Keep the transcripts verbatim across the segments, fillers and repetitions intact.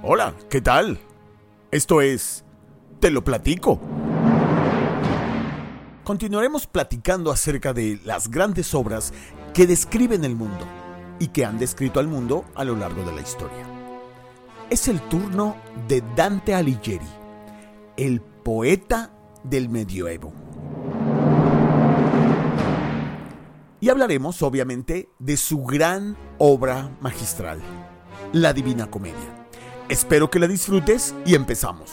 Hola, ¿qué tal? Esto es Te lo platico. Continuaremos platicando acerca de las grandes obras que describen el mundo y que han descrito al mundo a lo largo de la historia. Es el turno de Dante Alighieri, el poeta del medioevo. Y hablaremos, obviamente, de su gran obra magistral, la Divina Comedia. Espero que la disfrutes y empezamos.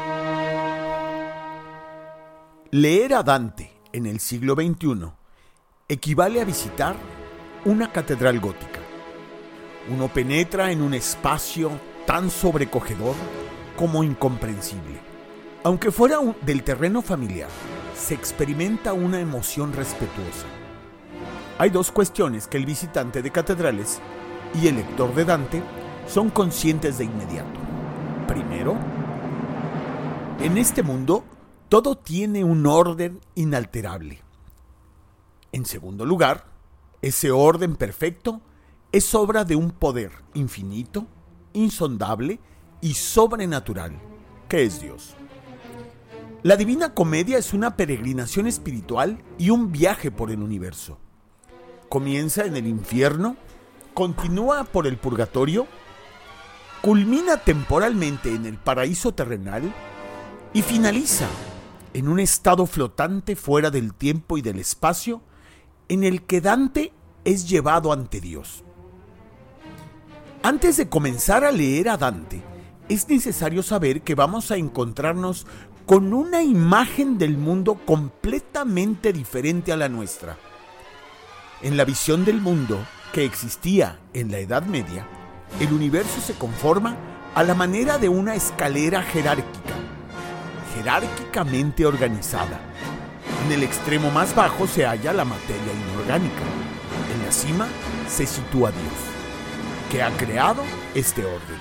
Leer a Dante en el siglo veintiuno equivale a visitar una catedral gótica. Uno penetra en un espacio tan sobrecogedor como incomprensible. Aunque fuera un, del terreno familiar, se experimenta una emoción respetuosa. Hay dos cuestiones que el visitante de catedrales y el lector de Dante son conscientes de inmediato. Primero, en este mundo todo tiene un orden inalterable. En segundo lugar, ese orden perfecto es obra de un poder infinito, insondable y sobrenatural, que es Dios. La Divina Comedia es una peregrinación espiritual y un viaje por el universo. Comienza en el infierno, continúa por el purgatorio, culmina temporalmente en el paraíso terrenal y finaliza en un estado flotante fuera del tiempo y del espacio en el que Dante es llevado ante Dios. Antes de comenzar a leer a Dante, es necesario saber que vamos a encontrarnos con una imagen del mundo completamente diferente a la nuestra. En la visión del mundo que existía en la Edad Media, el universo se conforma a la manera de una escalera jerárquica, jerárquicamente organizada. En el extremo más bajo se halla la materia inorgánica. En la cima se sitúa Dios, que ha creado este orden.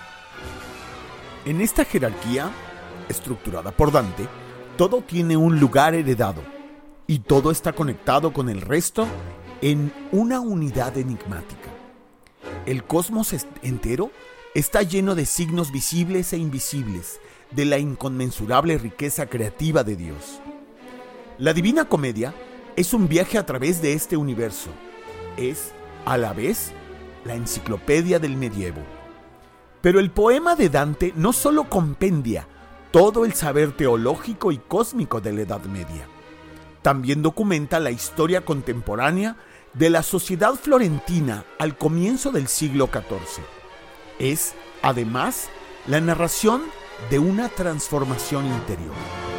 En esta jerarquía, estructurada por Dante, todo tiene un lugar heredado y todo está conectado con el resto en una unidad enigmática. El cosmos entero está lleno de signos visibles e invisibles de la inconmensurable riqueza creativa de Dios. La Divina Comedia es un viaje a través de este universo. Es, a la vez, la enciclopedia del medievo. Pero el poema de Dante no solo compendia todo el saber teológico y cósmico de la Edad Media, también documenta la historia contemporánea de la sociedad florentina al comienzo del siglo catorce. Es, además, la narración de una transformación interior.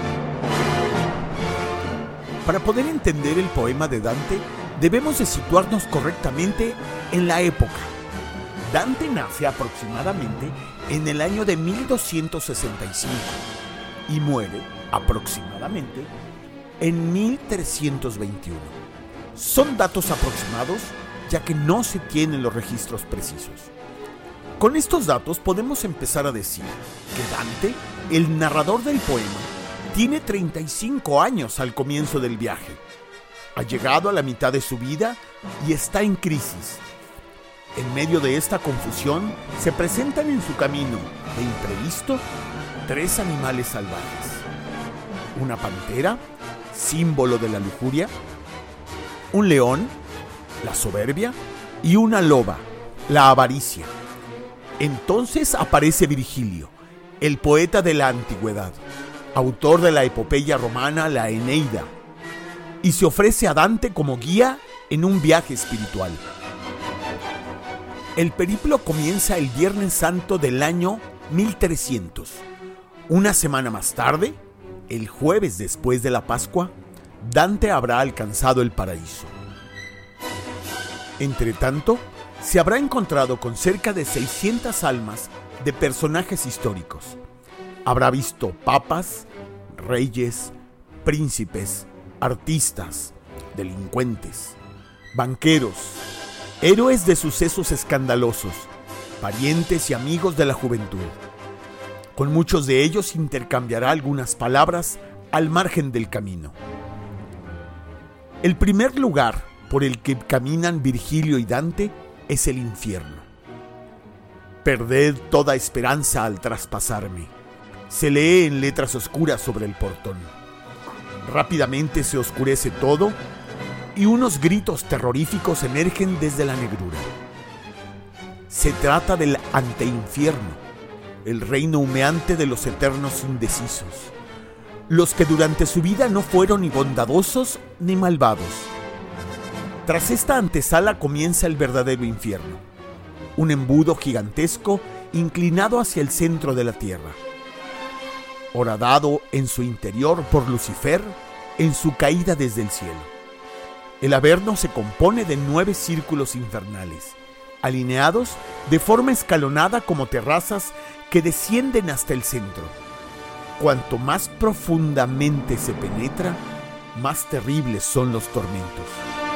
Para poder entender el poema de Dante, debemos de situarnos correctamente en la época. Dante nace aproximadamente en el año de mil doscientos sesenta y cinco y muere aproximadamente en mil trescientos veintiuno. Son datos aproximados, ya que no se tienen los registros precisos. Con estos datos podemos empezar a decir que Dante, el narrador del poema, tiene treinta y cinco años al comienzo del viaje. Ha llegado a la mitad de su vida y está en crisis. En medio de esta confusión, se presentan en su camino, de imprevisto, tres animales salvajes. Una pantera, símbolo de la lujuria, un león, la soberbia, y una loba, la avaricia. Entonces aparece Virgilio, el poeta de la antigüedad, autor de la epopeya romana La Eneida, y se ofrece a Dante como guía en un viaje espiritual. El periplo comienza el Viernes Santo del año mil trescientos. Una semana más tarde, el jueves después de la Pascua, Dante habrá alcanzado el paraíso. Entre tanto, se habrá encontrado con cerca de seiscientas almas de personajes históricos. Habrá visto papas, reyes, príncipes, artistas, delincuentes, banqueros, héroes de sucesos escandalosos, parientes y amigos de la juventud. Con muchos de ellos intercambiará algunas palabras al margen del camino. El primer lugar por el que caminan Virgilio y Dante es el infierno. Perded toda esperanza al traspasarme. Se lee en letras oscuras sobre el portón. Rápidamente se oscurece todo y unos gritos terroríficos emergen desde la negrura. Se trata del anteinfierno, el reino humeante de los eternos indecisos, los que durante su vida no fueron ni bondadosos ni malvados. Tras esta antesala comienza el verdadero infierno, un embudo gigantesco inclinado hacia el centro de la tierra, horadado en su interior por Lucifer en su caída desde el cielo. El Averno se compone de nueve círculos infernales, alineados de forma escalonada como terrazas que descienden hasta el centro. Cuanto más profundamente se penetra, más terribles son los tormentos.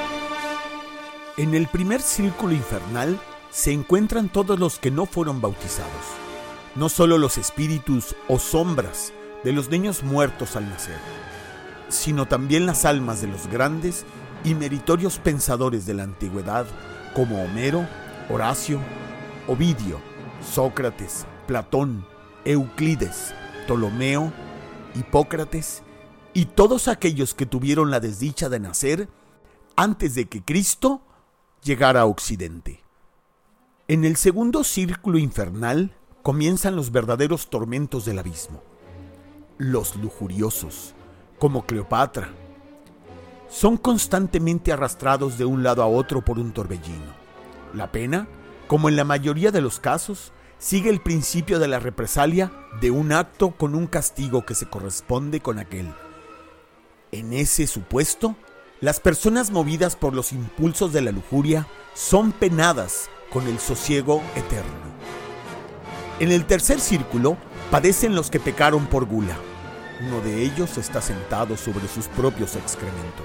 En el primer círculo infernal se encuentran todos los que no fueron bautizados, no solo los espíritus o sombras de los niños muertos al nacer, sino también las almas de los grandes y meritorios pensadores de la antigüedad como Homero, Horacio, Ovidio, Sócrates, Platón, Euclides, Ptolomeo, Hipócrates y todos aquellos que tuvieron la desdicha de nacer antes de que Cristo llegara a Occidente. En el segundo círculo infernal comienzan los verdaderos tormentos del abismo. Los lujuriosos, como Cleopatra, son constantemente arrastrados de un lado a otro por un torbellino. La pena, como en la mayoría de los casos, sigue el principio de la represalia de un acto con un castigo que se corresponde con aquel. En ese supuesto, las personas movidas por los impulsos de la lujuria son penadas con el sosiego eterno. En el tercer círculo padecen los que pecaron por gula. Uno de ellos está sentado sobre sus propios excrementos.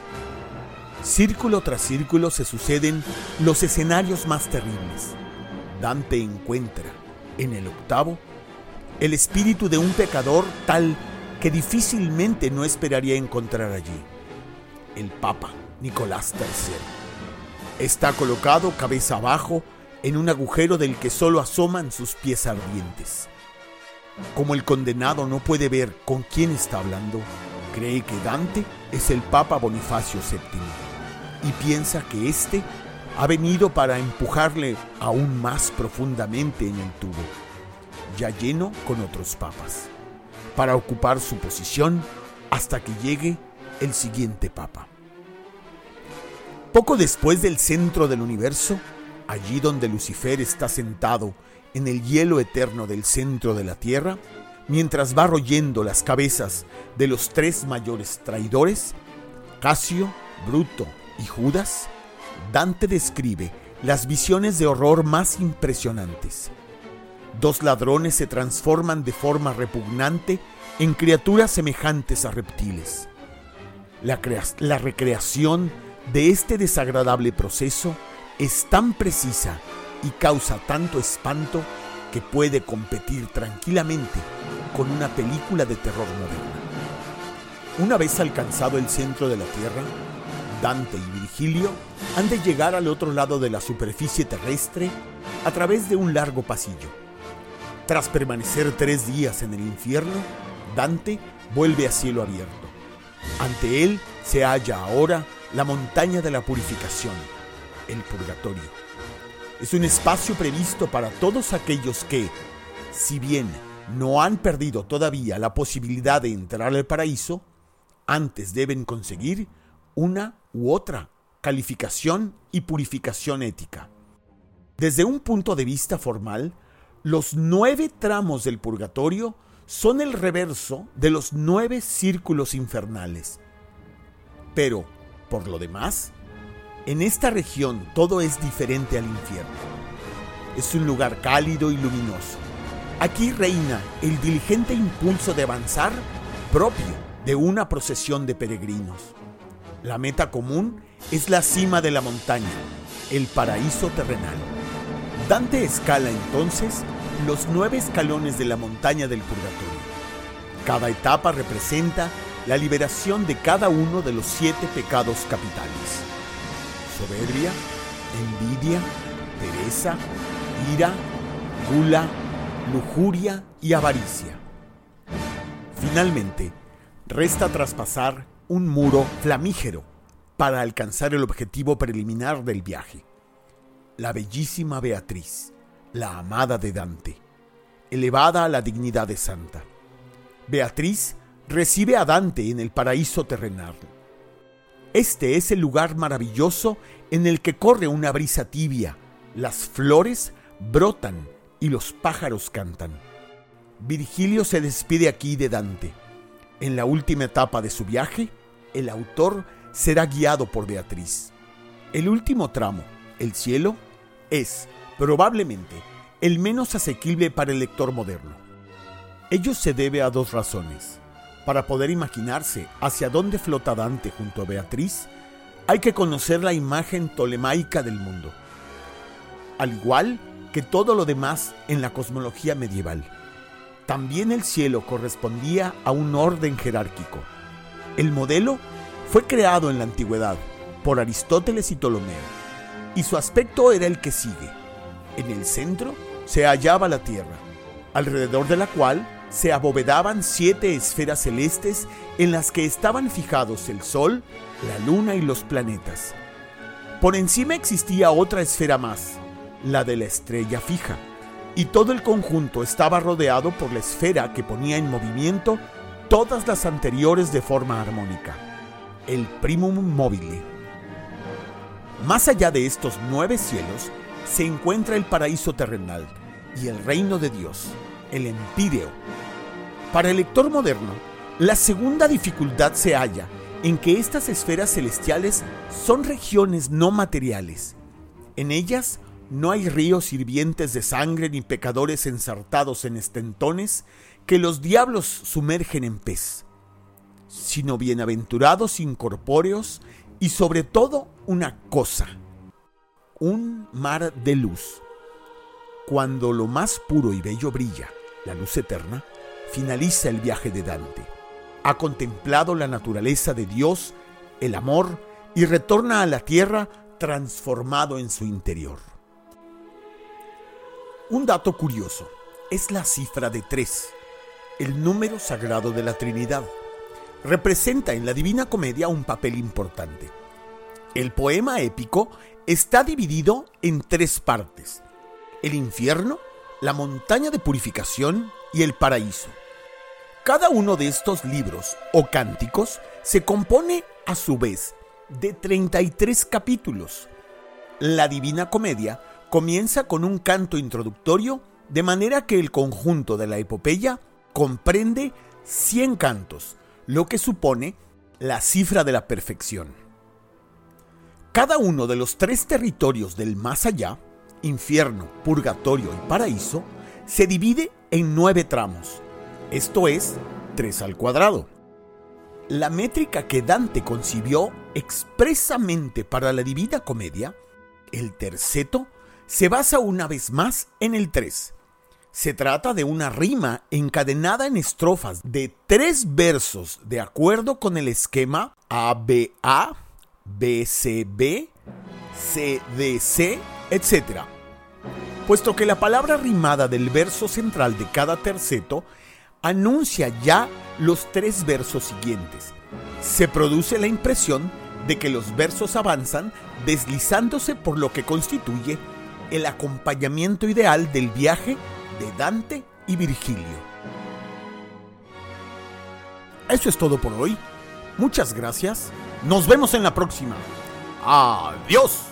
Círculo tras círculo se suceden los escenarios más terribles. Dante encuentra, en el octavo, el espíritu de un pecador tal que difícilmente no esperaría encontrar allí. El Papa Nicolás tercero. Está colocado cabeza abajo en un agujero del que solo asoman sus pies ardientes. Como el condenado no puede ver con quién está hablando, cree que Dante es el Papa Bonifacio séptimo y piensa que éste ha venido para empujarle aún más profundamente en el tubo, ya lleno con otros papas, para ocupar su posición hasta que llegue el siguiente papa. Poco después del centro del universo, allí donde Lucifer está sentado en el hielo eterno del centro de la tierra, mientras va royendo las cabezas de los tres mayores traidores, Casio, Bruto y Judas, Dante describe las visiones de horror más impresionantes. Dos ladrones se transforman de forma repugnante en criaturas semejantes a reptiles. La, crea- la recreación de este desagradable proceso es tan precisa y causa tanto espanto que puede competir tranquilamente con una película de terror moderna. Una vez alcanzado el centro de la Tierra, Dante y Virgilio han de llegar al otro lado de la superficie terrestre a través de un largo pasillo. Tras permanecer tres días en el infierno, Dante vuelve a cielo abierto. Ante él se halla ahora la montaña de la purificación, el purgatorio. Es un espacio previsto para todos aquellos que, si bien no han perdido todavía la posibilidad de entrar al paraíso, antes deben conseguir una u otra calificación y purificación ética. Desde un punto de vista formal, los nueve tramos del purgatorio son el reverso de los nueve círculos infernales. Pero, por lo demás, en esta región todo es diferente al infierno. Es un lugar cálido y luminoso. Aquí reina el diligente impulso de avanzar propio de una procesión de peregrinos. La meta común es la cima de la montaña, el paraíso terrenal. Dante escala entonces los nueve escalones de la montaña del purgatorio. Cada etapa representa la liberación de cada uno de los siete pecados capitales: soberbia, envidia, pereza, ira, gula, lujuria y avaricia. Finalmente, resta traspasar un muro flamígero para alcanzar el objetivo preliminar del viaje. La bellísima Beatriz, la amada de Dante, elevada a la dignidad de santa. Beatriz recibe a Dante en el paraíso terrenal. Este es el lugar maravilloso en el que corre una brisa tibia, las flores brotan y los pájaros cantan. Virgilio se despide aquí de Dante. En la última etapa de su viaje, el autor será guiado por Beatriz. El último tramo, el cielo, es, probablemente, el menos asequible para el lector moderno. Ello se debe a dos razones. Para poder imaginarse hacia dónde flota Dante junto a Beatriz, hay que conocer la imagen tolemaica del mundo, al igual que todo lo demás en la cosmología medieval. También el cielo correspondía a un orden jerárquico. El modelo fue creado en la antigüedad por Aristóteles y Ptolomeo, y su aspecto era el que sigue. En el centro se hallaba la Tierra, alrededor de la cual se abovedaban siete esferas celestes en las que estaban fijados el Sol, la Luna y los planetas. Por encima existía otra esfera más, la de la estrella fija, y todo el conjunto estaba rodeado por la esfera que ponía en movimiento todas las anteriores de forma armónica, el primum mobile. Más allá de estos nueve cielos se encuentra el paraíso terrenal y el reino de Dios, el empíreo. Para el lector moderno, la segunda dificultad se halla en que estas esferas celestiales son regiones no materiales. En ellas no hay ríos hirvientes de sangre ni pecadores ensartados en estentones que los diablos sumergen en pez, sino bienaventurados incorpóreos y sobre todo una cosa, un mar de luz. Cuando lo más puro y bello brilla, la luz eterna, finaliza el viaje de Dante. Ha contemplado la naturaleza de Dios, el amor, y retorna a la tierra transformado en su interior. Un dato curioso es la cifra de tres, el número sagrado de la Trinidad. Representa en la Divina Comedia un papel importante. El poema épico está dividido en tres partes: el infierno, la montaña de purificación y el paraíso. Cada uno de estos libros o cánticos se compone a su vez de treinta y tres capítulos. La Divina Comedia comienza con un canto introductorio, de manera que el conjunto de la epopeya comprende cien cantos, lo que supone la cifra de la perfección. Cada uno de los tres territorios del más allá, infierno, purgatorio y paraíso, se divide en nueve tramos, esto es, tres al cuadrado. La métrica que Dante concibió expresamente para la Divina Comedia, el terceto, se basa una vez más en el tres. Se trata de una rima encadenada en estrofas de tres versos de acuerdo con el esquema A B A, B C B, C D C, etcétera. Puesto que la palabra rimada del verso central de cada terceto anuncia ya los tres versos siguientes, se produce la impresión de que los versos avanzan deslizándose por lo que constituye el acompañamiento ideal del viaje de Dante y Virgilio. Eso es todo por hoy. Muchas gracias. Nos vemos en la próxima. ¡Adiós!